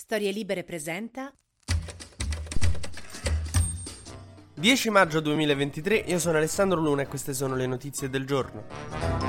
Storie Libere presenta 10 maggio 2023, io sono Alessandro Luna e queste sono le notizie del giorno.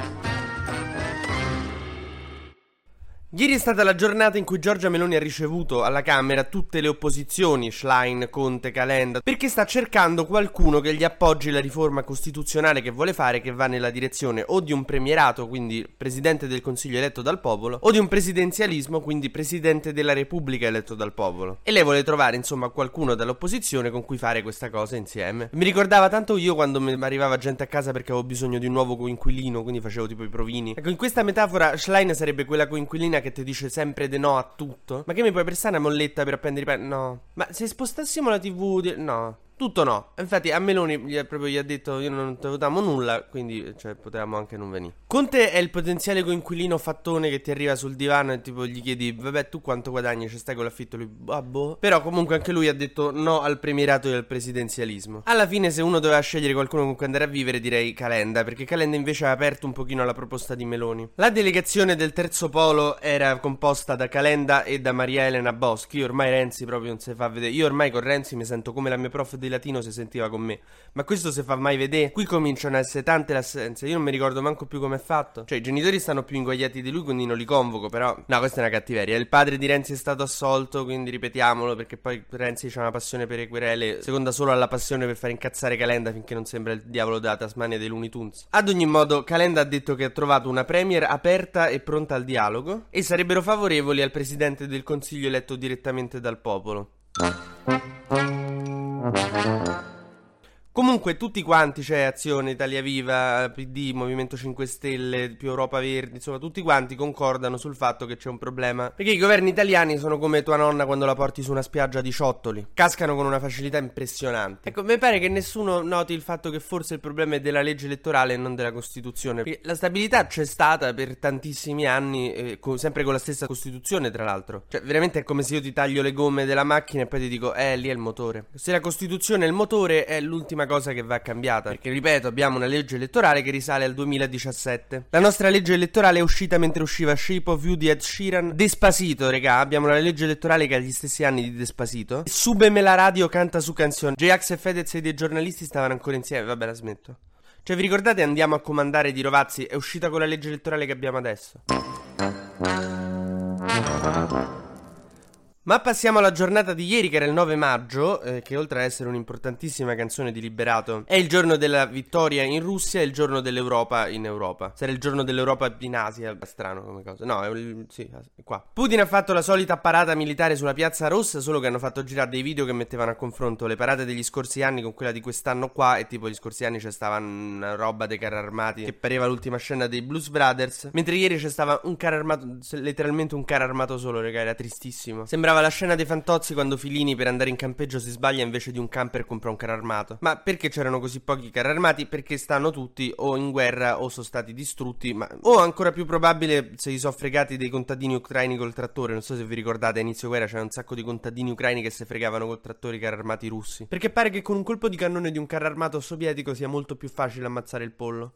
Ieri è stata la giornata in cui Giorgia Meloni ha ricevuto alla Camera tutte le opposizioni, Schlein, Conte, Calenda, perché sta cercando qualcuno che gli appoggi la riforma costituzionale che vuole fare, che va nella direzione o di un premierato, quindi presidente del Consiglio eletto dal popolo, o di un presidenzialismo, quindi presidente della Repubblica eletto dal popolo. E lei vuole trovare, insomma, qualcuno dall'opposizione con cui fare questa cosa insieme. Mi ricordava tanto io quando mi arrivava gente a casa perché avevo bisogno di un nuovo coinquilino, quindi facevo tipo i provini. Ecco, in questa metafora Schlein sarebbe quella coinquilina che ti dice sempre di no a tutto. Ma che mi puoi prestare una molletta per appendere i no. Ma se spostassimo la TV no. Tutto no. Infatti a Meloni gli ha detto io non ti votiamo nulla, quindi cioè potevamo anche non venire. Conte è il potenziale coinquilino fattone che ti arriva sul divano e tipo gli chiedi vabbè tu quanto guadagni, ci stai con l'affitto? Lui boh. Però comunque anche lui ha detto no al premierato e al presidenzialismo. Alla fine se uno doveva scegliere qualcuno con cui andare a vivere direi Calenda, perché Calenda invece ha aperto un pochino la proposta di Meloni. La delegazione del terzo polo era composta da Calenda e da Maria Elena Boschi. Ormai Renzi proprio non si fa vedere. Io ormai con Renzi mi sento come la mia prof di latino si sentiva con me. Ma questo si fa mai vedere? Qui cominciano a essere tante le assenze. Io non mi ricordo manco più come è fatto. Cioè i genitori stanno più ingoiati di lui, quindi non li convoco. Però no, questa è una cattiveria. Il padre di Renzi è stato assolto, quindi ripetiamolo, perché poi Renzi c'ha una passione per le querele seconda solo alla passione per fare incazzare Calenda finché non sembra il diavolo della Tasmania dei Looney Tunes. Ad ogni modo Calenda ha detto che ha trovato una premier aperta e pronta al dialogo e sarebbero favorevoli al presidente del Consiglio eletto direttamente dal popolo. Comunque tutti quanti, cioè Azione, Italia Viva, PD, Movimento 5 Stelle, più Europa Verdi, insomma tutti quanti concordano sul fatto che c'è un problema, perché i governi italiani sono come tua nonna quando la porti su una spiaggia di ciottoli, cascano con una facilità impressionante. Ecco, mi pare che nessuno noti il fatto che forse il problema è della legge elettorale e non della Costituzione, perché la stabilità c'è stata per tantissimi anni, sempre con la stessa Costituzione tra l'altro. Cioè veramente è come se io ti taglio le gomme della macchina e poi ti dico lì è il motore. Se la Costituzione è il motore è l'ultima cosa che va cambiata, perché ripeto abbiamo una legge elettorale che risale al 2017. La nostra legge elettorale è uscita mentre usciva Shape of You di Ed Sheeran, Despacito, regà, abbiamo la legge elettorale che ha gli stessi anni di Despacito, Súbeme la radio canta su canzone, J-Ax e Fedez e dei giornalisti stavano ancora insieme, vabbè la smetto. Cioè vi ricordate Andiamo a comandare di Rovazzi? È uscita con la legge elettorale che abbiamo adesso. Ma passiamo alla giornata di ieri che era il 9 maggio, che oltre ad essere un'importantissima canzone di Liberato è il giorno della vittoria in Russia e il giorno dell'Europa in Europa. Sarà il giorno dell'Europa in Asia, strano come cosa. No, sì, è qua. Putin ha fatto la solita parata militare sulla Piazza Rossa, solo che hanno fatto girare dei video che mettevano a confronto le parate degli scorsi anni con quella di quest'anno qua, e tipo gli scorsi anni c'è stava una roba dei carri armati che pareva l'ultima scena dei Blues Brothers, mentre ieri c'è stava un carro armato, letteralmente un carro armato solo, raga, era tristissimo. Sembrava la scena dei Fantozzi quando Filini per andare in campeggio si sbaglia, invece di un camper compra un carro armato. Ma perché c'erano così pochi carri armati? Perché stanno tutti o in guerra o sono stati distrutti, o ancora più probabile se gli sono fregati dei contadini ucraini col trattore. Non so se vi ricordate, a inizio guerra c'era un sacco di contadini ucraini che si fregavano col trattore i carri armati russi, perché pare che con un colpo di cannone di un carro armato sovietico sia molto più facile ammazzare il pollo.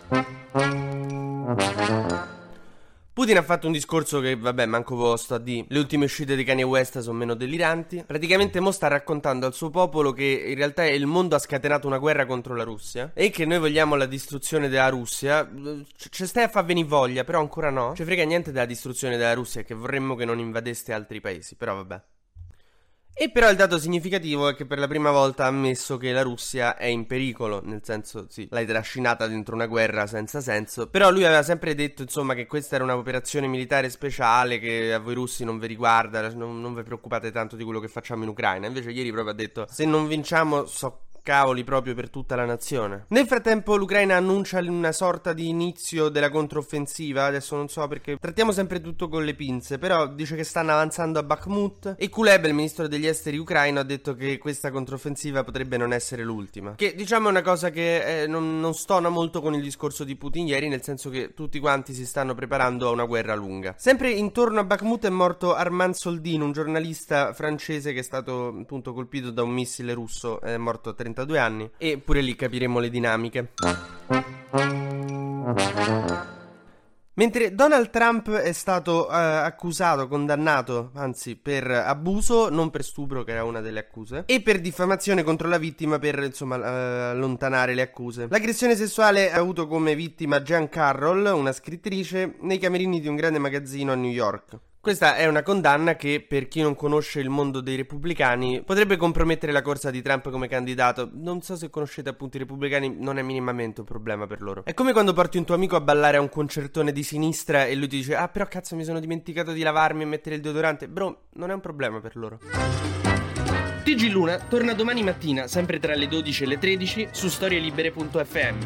Putin ha fatto un discorso che, vabbè, manco posto a di. Le ultime uscite di Kanye West sono meno deliranti. Praticamente mo sta raccontando al suo popolo che in realtà il mondo ha scatenato una guerra contro la Russia e che noi vogliamo la distruzione della Russia. Ci stai a far venire voglia, però ancora no. Ci frega niente della distruzione della Russia, che vorremmo che non invadeste altri paesi, però vabbè. E però il dato significativo è che per la prima volta ha ammesso che la Russia è in pericolo, nel senso, sì, l'hai trascinata dentro una guerra senza senso, però lui aveva sempre detto, insomma, che questa era un'operazione militare speciale, che a voi russi non vi riguarda, non vi preoccupate tanto di quello che facciamo in Ucraina. Invece ieri proprio ha detto, se non vinciamo, cavoli proprio per tutta la nazione. Nel frattempo l'Ucraina annuncia una sorta di inizio della controffensiva, adesso non so perché trattiamo sempre tutto con le pinze, però dice che stanno avanzando a Bakhmut e Kuleb, il ministro degli esteri ucraino, ha detto che questa controffensiva potrebbe non essere l'ultima, che diciamo è una cosa che non stona molto con il discorso di Putin ieri, nel senso che tutti quanti si stanno preparando a una guerra lunga. Sempre intorno a Bakhmut è morto Armand Soldin, un giornalista francese che è stato appunto colpito da un missile russo, è morto a 32 anni, e pure lì capiremo le dinamiche. Mentre Donald Trump è stato accusato, condannato, anzi per abuso, non per stupro che era una delle accuse, e per diffamazione contro la vittima per insomma allontanare le accuse. L'aggressione sessuale ha avuto come vittima Jean Carroll, una scrittrice, nei camerini di un grande magazzino a New York. Questa è una condanna che, per chi non conosce il mondo dei repubblicani, potrebbe compromettere la corsa di Trump come candidato. Non so se conoscete appunto i repubblicani, non è minimamente un problema per loro. È come quando porti un tuo amico a ballare a un concertone di sinistra e lui ti dice: ah, però cazzo, mi sono dimenticato di lavarmi e mettere il deodorante. Bro, non è un problema per loro. TG Luna torna domani mattina, sempre tra le 12 e le 13, su storielibere.fm.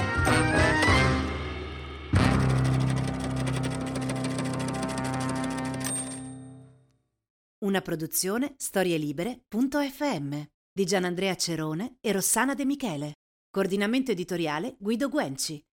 Una produzione storielibere.fm di Gianandrea Cerone e Rossana De Michele. Coordinamento editoriale Guido Guenci.